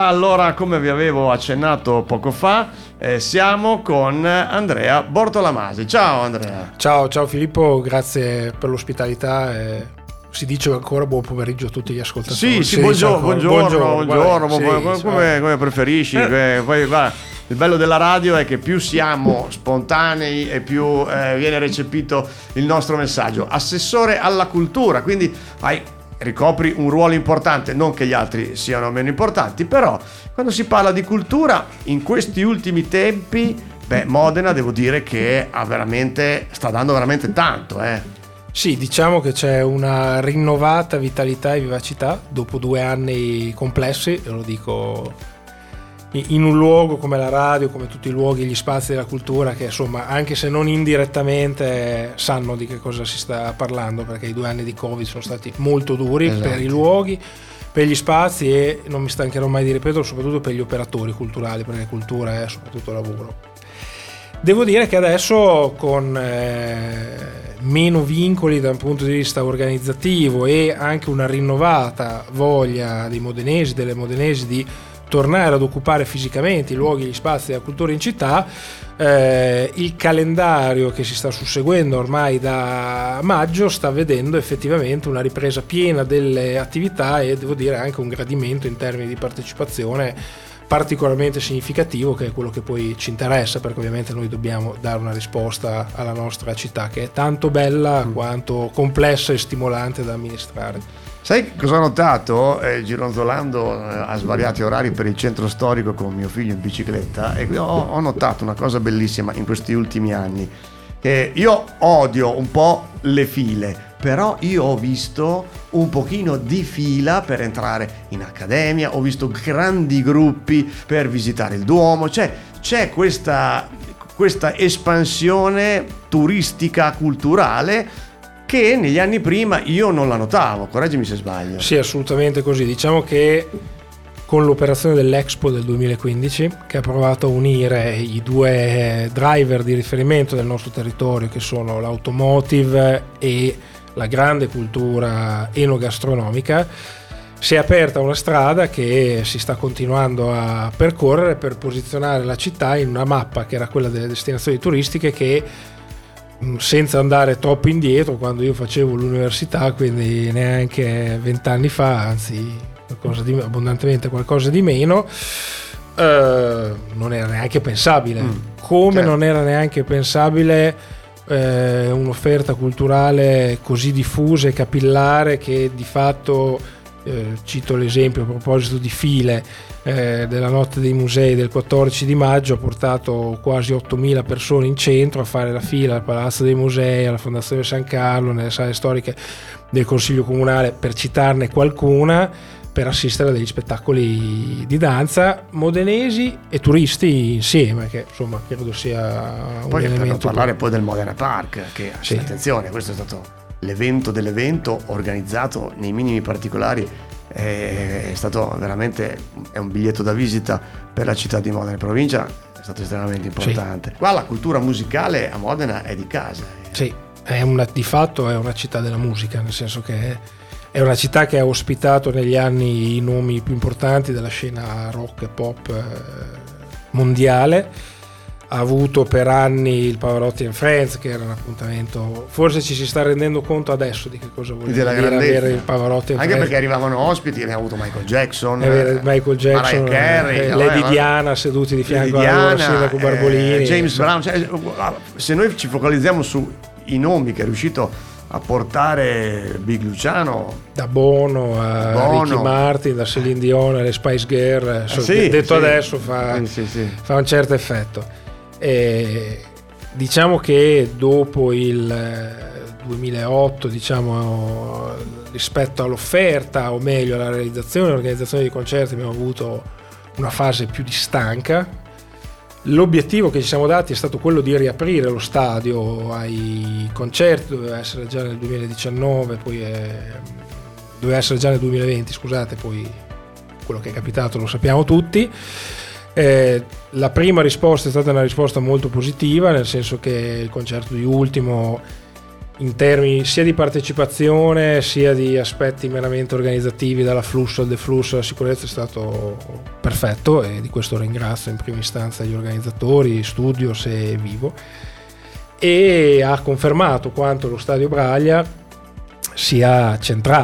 Allora, come vi avevo accennato poco fa, siamo con Andrea Bortolamasi. Ciao Andrea. Ciao Filippo, grazie per l'ospitalità. Si dice ancora buon pomeriggio a tutti gli ascoltatori. Sì, buongiorno, come preferisci. Poi va. Il bello della radio è che più siamo spontanei e più viene recepito il nostro messaggio. Assessore alla cultura, quindi ricopri un ruolo importante, non che gli altri siano meno importanti, però quando si parla di cultura in questi ultimi tempi, Modena devo dire che sta dando veramente tanto. Sì, diciamo che c'è una rinnovata vitalità e vivacità dopo 2 anni complessi, e lo dico in un luogo come la radio, come tutti i luoghi, gli spazi della cultura, che insomma, anche se non indirettamente, sanno di che cosa si sta parlando, perché i 2 anni di Covid sono stati molto duri. Esatto. Per i luoghi, per gli spazi e, non mi stancherò mai di ripeterlo, soprattutto per gli operatori culturali, perché cultura è soprattutto lavoro. Devo dire che adesso, con meno vincoli da un punto di vista organizzativo e anche una rinnovata voglia dei modenesi, delle modenesi di tornare ad occupare fisicamente i luoghi, gli spazi della cultura in città, il calendario che si sta susseguendo ormai da maggio sta vedendo effettivamente una ripresa piena delle attività e devo dire anche un gradimento in termini di partecipazione particolarmente significativo, che è quello che poi ci interessa, perché ovviamente noi dobbiamo dare una risposta alla nostra città, che è tanto bella quanto complessa e stimolante da amministrare. Sai cosa ho notato gironzolando a svariati orari per il centro storico con mio figlio in bicicletta? E ho notato una cosa bellissima in questi ultimi anni, che io odio un po' le file, però io ho visto un pochino di fila per entrare in accademia, ho visto grandi gruppi per visitare il Duomo, cioè c'è questa espansione turistica culturale che negli anni prima io non la notavo, correggimi se sbaglio. Sì, assolutamente così. Diciamo che con l'operazione dell'Expo del 2015, che ha provato a unire i 2 driver di riferimento del nostro territorio, che sono l'automotive e la grande cultura enogastronomica, si è aperta una strada che si sta continuando a percorrere per posizionare la città in una mappa che era quella delle destinazioni turistiche, che senza andare troppo indietro, quando io facevo l'università, quindi neanche 20 anni fa, anzi abbondantemente qualcosa di meno, non era neanche pensabile, come certo. Non era neanche pensabile un'offerta culturale così diffusa e capillare, che di fatto, cito l'esempio a proposito di file, della notte dei musei del 14 di maggio ha portato quasi 8.000 persone in centro a fare la fila al Palazzo dei Musei, alla Fondazione San Carlo, nelle sale storiche del Consiglio Comunale, per citarne qualcuna, per assistere a degli spettacoli di danza modenesi e turisti insieme, che insomma credo sia poi un elemento. Per parlare poi del Modena Park, che sì. Attenzione, questo è stato l'evento dell'evento, organizzato nei minimi particolari, è stato veramente un biglietto da visita per la città di Modena e provincia, è stato estremamente importante. Sì. Qua la cultura musicale a Modena è di casa. Sì, di fatto è una città della musica, nel senso che è una città che ha ospitato negli anni i nomi più importanti della scena rock e pop mondiale. Ha avuto per anni il Pavarotti and Friends, che era un appuntamento, forse ci si sta rendendo conto adesso di che cosa vuol dire avere il Pavarotti and Friends, anche perché arrivavano ospiti, abbiamo avuto Michael Jackson, Mariah Carey, Lady Diana seduti di fianco al sindaco Barbolini, James Brown. Se noi ci focalizziamo sui nomi che è riuscito a portare Big Luciano, da Bono a Ricky Martin, da Celine Dion alle Spice Girl, detto adesso fa un certo effetto. Diciamo che dopo il 2008, diciamo, rispetto all'offerta, o meglio alla realizzazione e organizzazione di concerti, abbiamo avuto una fase più di stanca. L'obiettivo che ci siamo dati è stato quello di riaprire lo stadio ai concerti, doveva essere già nel 2019, poi doveva essere già nel 2020, scusate, poi quello che è capitato lo sappiamo tutti. La prima risposta è stata una risposta molto positiva, nel senso che il concerto di Ultimo in termini sia di partecipazione sia di aspetti meramente organizzativi, dall'afflusso al deflusso, la sicurezza, è stato perfetto, e di questo ringrazio in prima istanza gli organizzatori, Studios e Vivo, e ha confermato quanto lo Stadio Braglia sia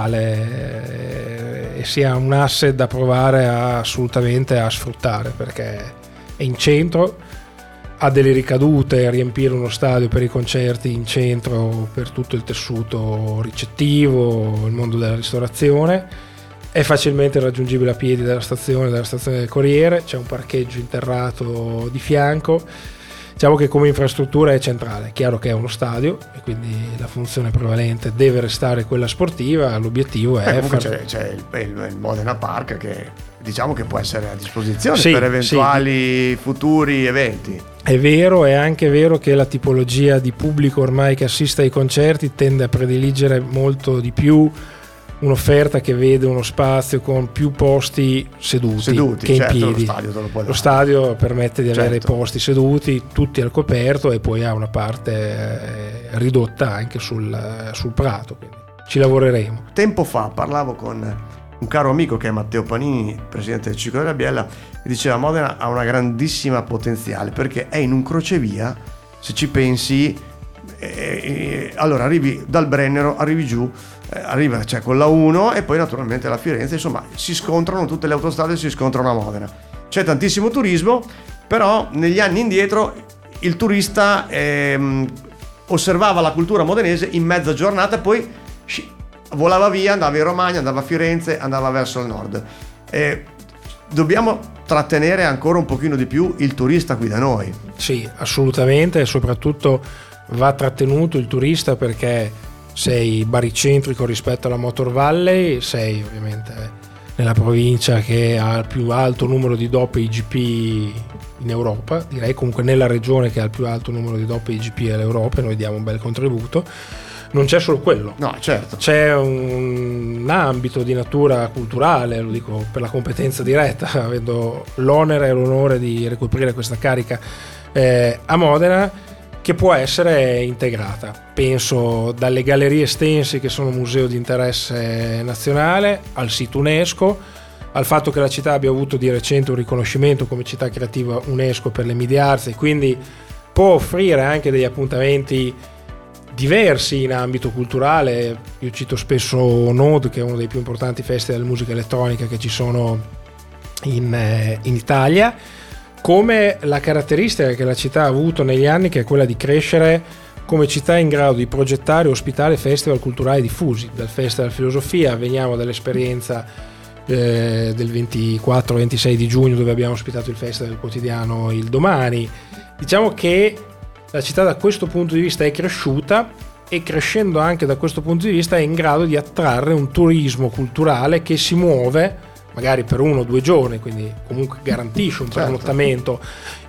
centrale e sia un asset da provare assolutamente a sfruttare, perché è in centro, ha delle ricadute, riempire uno stadio per i concerti in centro, per tutto il tessuto ricettivo, il mondo della ristorazione, è facilmente raggiungibile a piedi dalla stazione del Corriere, c'è un parcheggio interrato di fianco. Diciamo che come infrastruttura è centrale. È chiaro che è uno stadio e quindi la funzione prevalente deve restare quella sportiva, l'obiettivo è c'è il Modena Park, che diciamo che può essere a disposizione per eventuali futuri eventi. È vero, è anche vero che la tipologia di pubblico ormai che assiste ai concerti tende a prediligere molto di più un'offerta che vede uno spazio con più posti seduti che in piedi. Lo stadio permette di avere i posti seduti, tutti al coperto, e poi ha una parte ridotta anche sul prato, quindi ci lavoreremo. Tempo fa parlavo con un caro amico che è Matteo Panini, presidente del Circolo della Biella, e diceva: Modena ha una grandissima potenziale perché è in un crocevia, se ci pensi. Allora arrivi dal Brennero, arrivi giù, c'è con la 1 e poi naturalmente la Firenze, insomma si scontrano, tutte le autostrade si scontrano a Modena, c'è tantissimo turismo, però negli anni indietro il turista osservava la cultura modenese in mezza giornata e poi volava via, andava in Romagna, andava a Firenze, andava verso il nord. Dobbiamo trattenere ancora un pochino di più il turista qui da noi. Sì, assolutamente, e soprattutto va trattenuto il turista perché sei baricentrico rispetto alla Motor Valley, sei ovviamente nella provincia che ha il più alto numero di doppie IGP in Europa, direi comunque nella regione che ha il più alto numero di doppie IGP all'Europa, e noi diamo un bel contributo. Non c'è solo quello, no, certo. C'è un ambito di natura culturale, lo dico per la competenza diretta, avendo l'onere e l'onore di ricoprire questa carica a Modena, che può essere integrata. Penso dalle gallerie Stensi, che sono museo di interesse nazionale, al sito UNESCO, al fatto che la città abbia avuto di recente un riconoscimento come città creativa UNESCO per le Media Arts, e quindi può offrire anche degli appuntamenti diversi in ambito culturale. Io cito spesso Node, che è uno dei più importanti festival di musica elettronica che ci sono in Italia, come la caratteristica che la città ha avuto negli anni, che è quella di crescere come città in grado di progettare e ospitare festival culturali diffusi. Dal Festival Filosofia veniamo dall'esperienza del 24-26 di giugno, dove abbiamo ospitato il Festival del Quotidiano Il Domani. Diciamo che la città da questo punto di vista è cresciuta, e crescendo anche da questo punto di vista è in grado di attrarre un turismo culturale che si muove magari per 1 o 2 giorni, quindi comunque garantisce un pernottamento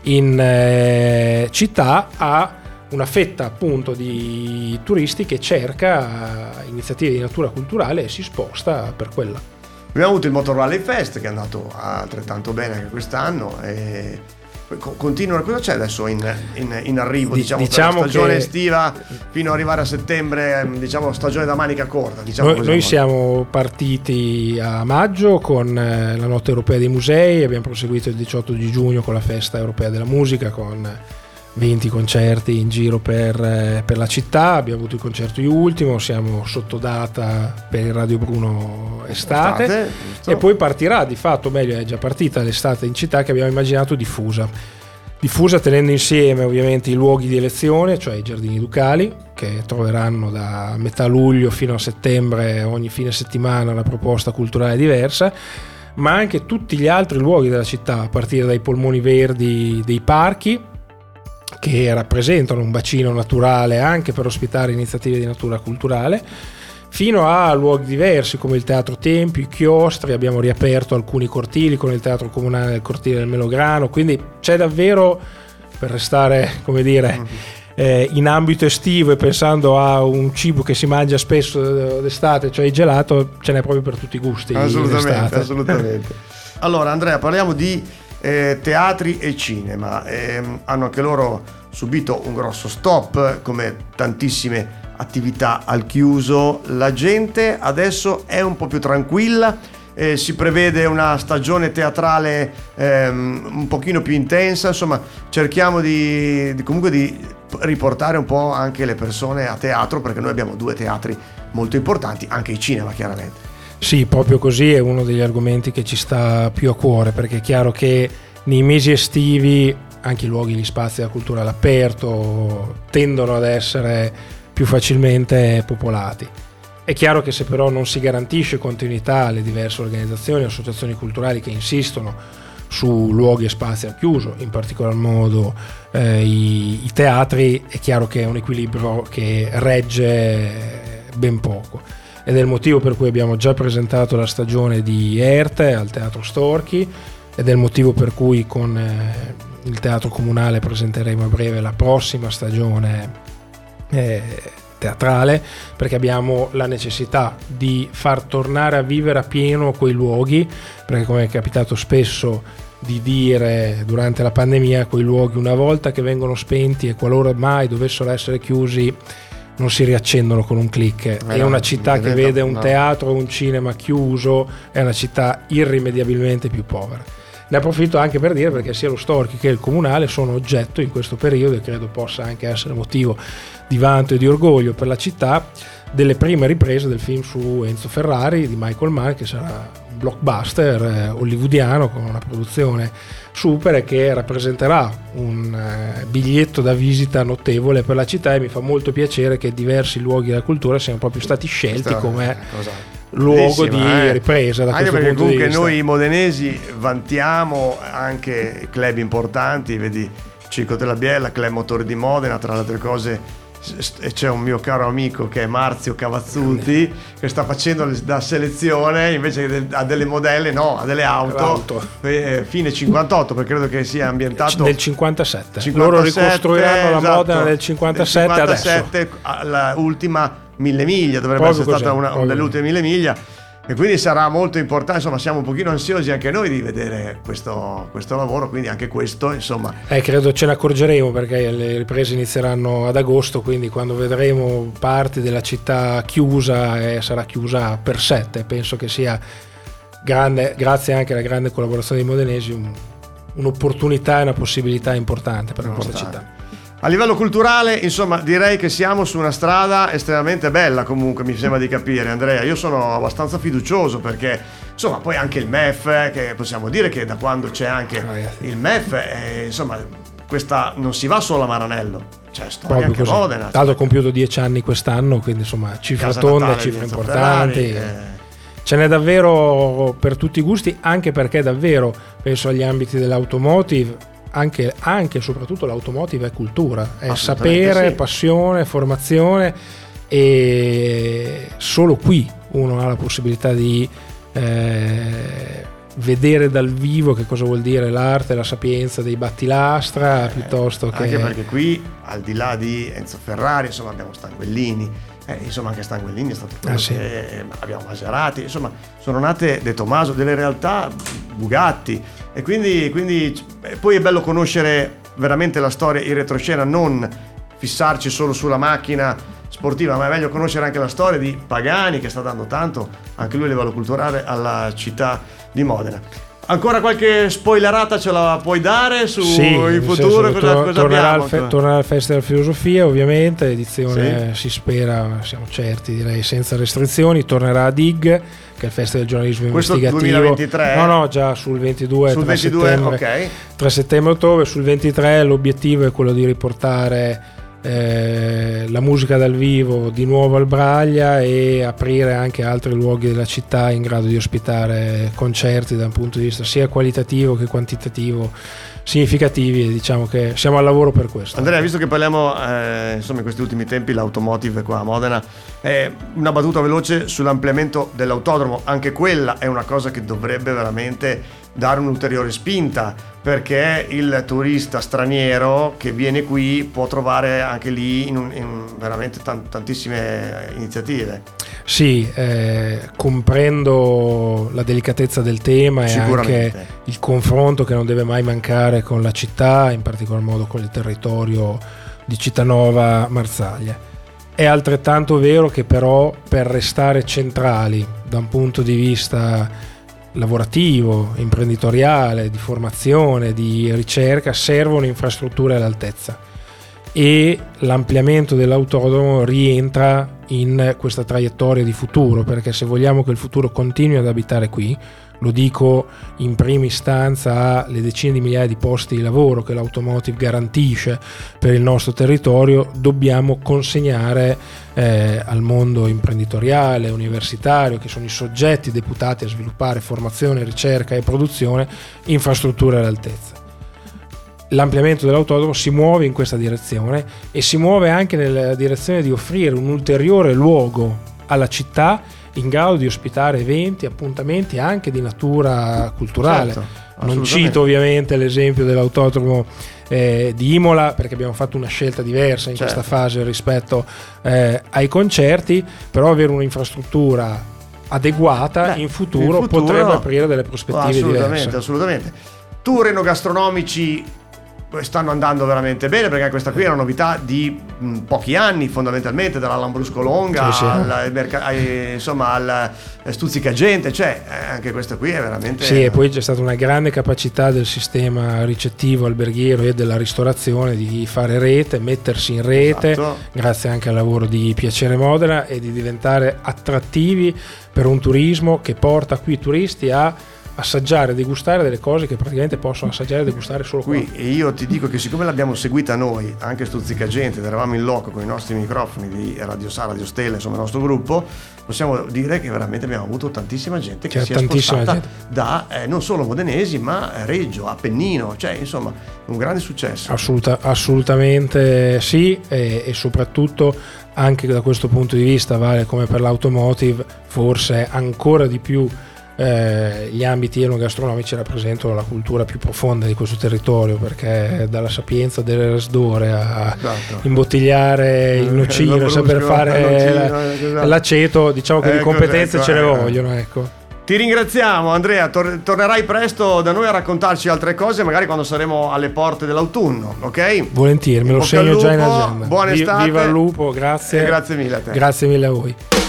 in città, a una fetta appunto di turisti che cerca iniziative di natura culturale e si sposta per quella. Abbiamo avuto il Motor Valley Fest, che è andato altrettanto bene anche quest'anno, e continua. Cosa c'è adesso in arrivo, diciamo per la stagione estiva fino ad arrivare a settembre, diciamo stagione da manica corta, diciamo. Noi siamo partiti a maggio con la Notte Europea dei Musei, abbiamo proseguito il 18 di giugno con la Festa Europea della Musica, con 20 concerti in giro per la città. Abbiamo avuto il concerto di Ultimo, siamo sotto data per il Radio Bruno estate, e poi partirà, di fatto, meglio è già partita l'estate in città, che abbiamo immaginato diffusa tenendo insieme ovviamente i luoghi di elezione, cioè i Giardini Ducali, che troveranno da metà luglio fino a settembre ogni fine settimana una proposta culturale diversa, ma anche tutti gli altri luoghi della città, a partire dai polmoni verdi dei parchi, che rappresentano un bacino naturale anche per ospitare iniziative di natura culturale, fino a luoghi diversi come il Teatro Tempio, i chiostri. Abbiamo riaperto alcuni cortili con il Teatro Comunale del Cortile del Melograno, quindi c'è davvero, per restare, come dire, in ambito estivo e pensando a un cibo che si mangia spesso d'estate, cioè il gelato, ce n'è proprio per tutti i gusti. Assolutamente. Allora Andrea, parliamo di teatri e cinema. Hanno anche loro subito un grosso stop, come tantissime attività al chiuso. La gente adesso è un po' più tranquilla, si prevede una stagione teatrale un pochino più intensa, insomma cerchiamo comunque di riportare un po' anche le persone a teatro, perché noi abbiamo 2 teatri molto importanti, anche il cinema chiaramente. Sì, proprio così, è uno degli argomenti che ci sta più a cuore, perché è chiaro che nei mesi estivi anche i luoghi, gli spazi della cultura all'aperto tendono ad essere più facilmente popolati. È chiaro che se però non si garantisce continuità alle diverse organizzazioni e associazioni culturali che insistono su luoghi e spazi al chiuso, in particolar modo i teatri, è chiaro che è un equilibrio che regge ben poco. Ed è il motivo per cui abbiamo già presentato la stagione di Erte al Teatro Storchi, ed è il motivo per cui con il Teatro Comunale presenteremo a breve la prossima stagione teatrale, perché abbiamo la necessità di far tornare a vivere a pieno quei luoghi, perché come è capitato spesso di dire durante la pandemia, quei luoghi una volta che vengono spenti e qualora mai dovessero essere chiusi non si riaccendono con un click. È una città che vede un teatro o un cinema chiuso, è una città irrimediabilmente più povera. Ne approfitto anche per dire, perché sia lo Storchi che il Comunale sono oggetto in questo periodo, e credo possa anche essere motivo di vanto e di orgoglio per la città, delle prime riprese del film su Enzo Ferrari di Michael Mann, che sarà un blockbuster hollywoodiano con una produzione super e che rappresenterà un biglietto da visita notevole per la città, e mi fa molto piacere che diversi luoghi della cultura siano proprio stati scelti come luogo di ripresa da anche questo perché punto di comunque vista. noi modenesi vantiamo anche club importanti, vedi Circo della Biella, Club Motori di Modena, tra le altre cose. C'è un mio caro amico che è Marzio Cavazzuti, che sta facendo da selezione invece che a delle modelle, no, a delle auto. Fine 58, perché credo che sia ambientato nel 57. Loro ricostruiranno la Modena del 57 adesso. La ultima 1000 miglia dovrebbe proprio essere così, stata una delle ultime 1000 miglia. E quindi sarà molto importante, insomma siamo un pochino ansiosi anche noi di vedere questo lavoro, quindi anche questo insomma. Credo ce ne accorgeremo, perché le riprese inizieranno ad agosto, quindi quando vedremo parti della città chiusa, sarà chiusa per 7, penso che sia grande, grazie anche alla grande collaborazione dei modenesi, un'opportunità e una possibilità importante per la nostra città. A livello culturale, insomma, direi che siamo su una strada estremamente bella, comunque, mi sembra di capire, Andrea. Io sono abbastanza fiducioso, perché, insomma, poi anche il MEF, che possiamo dire che da quando c'è anche il MEF, insomma, questa non si va solo a Maranello, c'è storia anche a Modena. Tanto ho compiuto 10 anni quest'anno, quindi, insomma, cifre tonde, cifre importanti. Ce n'è davvero per tutti i gusti, anche perché davvero, penso agli ambiti dell'automotive, anche e soprattutto l'automotive è cultura, è sapere, passione, formazione, e solo qui uno ha la possibilità di vedere dal vivo che cosa vuol dire l'arte, la sapienza dei battilastra, piuttosto che... Anche perché qui, al di là di Enzo Ferrari, insomma abbiamo Stanguellini, insomma anche Stanguellini è stato quello che abbiamo Maserati, insomma sono nate De Tomaso, delle realtà, Bugatti, e quindi poi è bello conoscere veramente la storia in retroscena, non fissarci solo sulla macchina sportiva, ma è meglio conoscere anche la storia di Pagani, che sta dando tanto anche lui a livello culturale alla città di Modena. Ancora qualche spoilerata ce la puoi dare sul futuro? Cosa tornerà abbiamo? Tornerà al Festival Filosofia, ovviamente, edizione si spera, siamo certi, direi senza restrizioni. Tornerà a DIG, che è il Festival del giornalismo investigativo. 2023? No, già sul 22, sul 22 settembre, tra settembre e ottobre. Sul 23 l'obiettivo è quello di riportare la musica dal vivo di nuovo al Braglia, e aprire anche altri luoghi della città in grado di ospitare concerti da un punto di vista sia qualitativo che quantitativo significativi, e diciamo che siamo al lavoro per questo. Andrea, visto che parliamo insomma in questi ultimi tempi l'automotive qua a Modena, una battuta veloce sull'ampliamento dell'autodromo. Anche quella è una cosa che dovrebbe veramente dare un'ulteriore spinta, perché il turista straniero che viene qui può trovare anche lì in veramente tantissime iniziative. Sì, comprendo la delicatezza del tema e anche il confronto che non deve mai mancare con la città, in particolar modo con il territorio di Cittanova Marzaglia. È altrettanto vero che però per restare centrali da un punto di vista lavorativo, imprenditoriale, di formazione, di ricerca, servono infrastrutture all'altezza, e l'ampliamento dell'autodromo rientra in questa traiettoria di futuro, perché se vogliamo che il futuro continui ad abitare qui, lo dico in prima istanza alle decine di migliaia di posti di lavoro che l'automotive garantisce per il nostro territorio, dobbiamo consegnare al mondo imprenditoriale, universitario, che sono i soggetti deputati a sviluppare formazione, ricerca e produzione, infrastrutture all'altezza. L'ampliamento dell'autodromo si muove in questa direzione, e si muove anche nella direzione di offrire un ulteriore luogo alla città in grado di ospitare eventi, appuntamenti anche di natura culturale. Certo, non cito ovviamente l'esempio dell'autodromo di Imola, perché abbiamo fatto una scelta diversa in questa fase rispetto ai concerti, però avere un'infrastruttura adeguata in futuro potrebbe aprire delle prospettive diverse. Assolutamente. Tour enogastronomici stanno andando veramente bene, perché questa qui è una novità di pochi anni, fondamentalmente, dalla Lambrusco Longa al Stuzzicagente, cioè anche questa qui è veramente... Sì, e poi c'è stata una grande capacità del sistema ricettivo alberghiero e della ristorazione di fare rete, mettersi in rete, grazie anche al lavoro di Piacere Modena, e di diventare attrattivi per un turismo che porta qui i turisti a assaggiare, degustare delle cose che praticamente possono assaggiare e degustare solo qui. E io ti dico che siccome l'abbiamo seguita noi, anche Stuzzicagente, eravamo in loco con i nostri microfoni di Radio Sa, Radio Stella, insomma il nostro gruppo, possiamo dire che veramente abbiamo avuto tantissima gente che si è spostata da non solo modenesi ma Reggio, Appennino, cioè insomma un grande successo. Assolutamente sì, e soprattutto anche da questo punto di vista vale come per l'automotive, forse ancora di più gli ambiti enogastronomici rappresentano la cultura più profonda di questo territorio, perché dalla sapienza delle rasdore a imbottigliare il nocino, saper fare l'aceto, diciamo che di competenze ce ne vogliono, ecco. Ti ringraziamo Andrea, tornerai presto da noi a raccontarci altre cose, magari quando saremo alle porte dell'autunno, ok? Volentieri, me lo segno già in agenda. Buona estate. Viva il lupo, grazie. E grazie mille a te. Grazie mille a voi.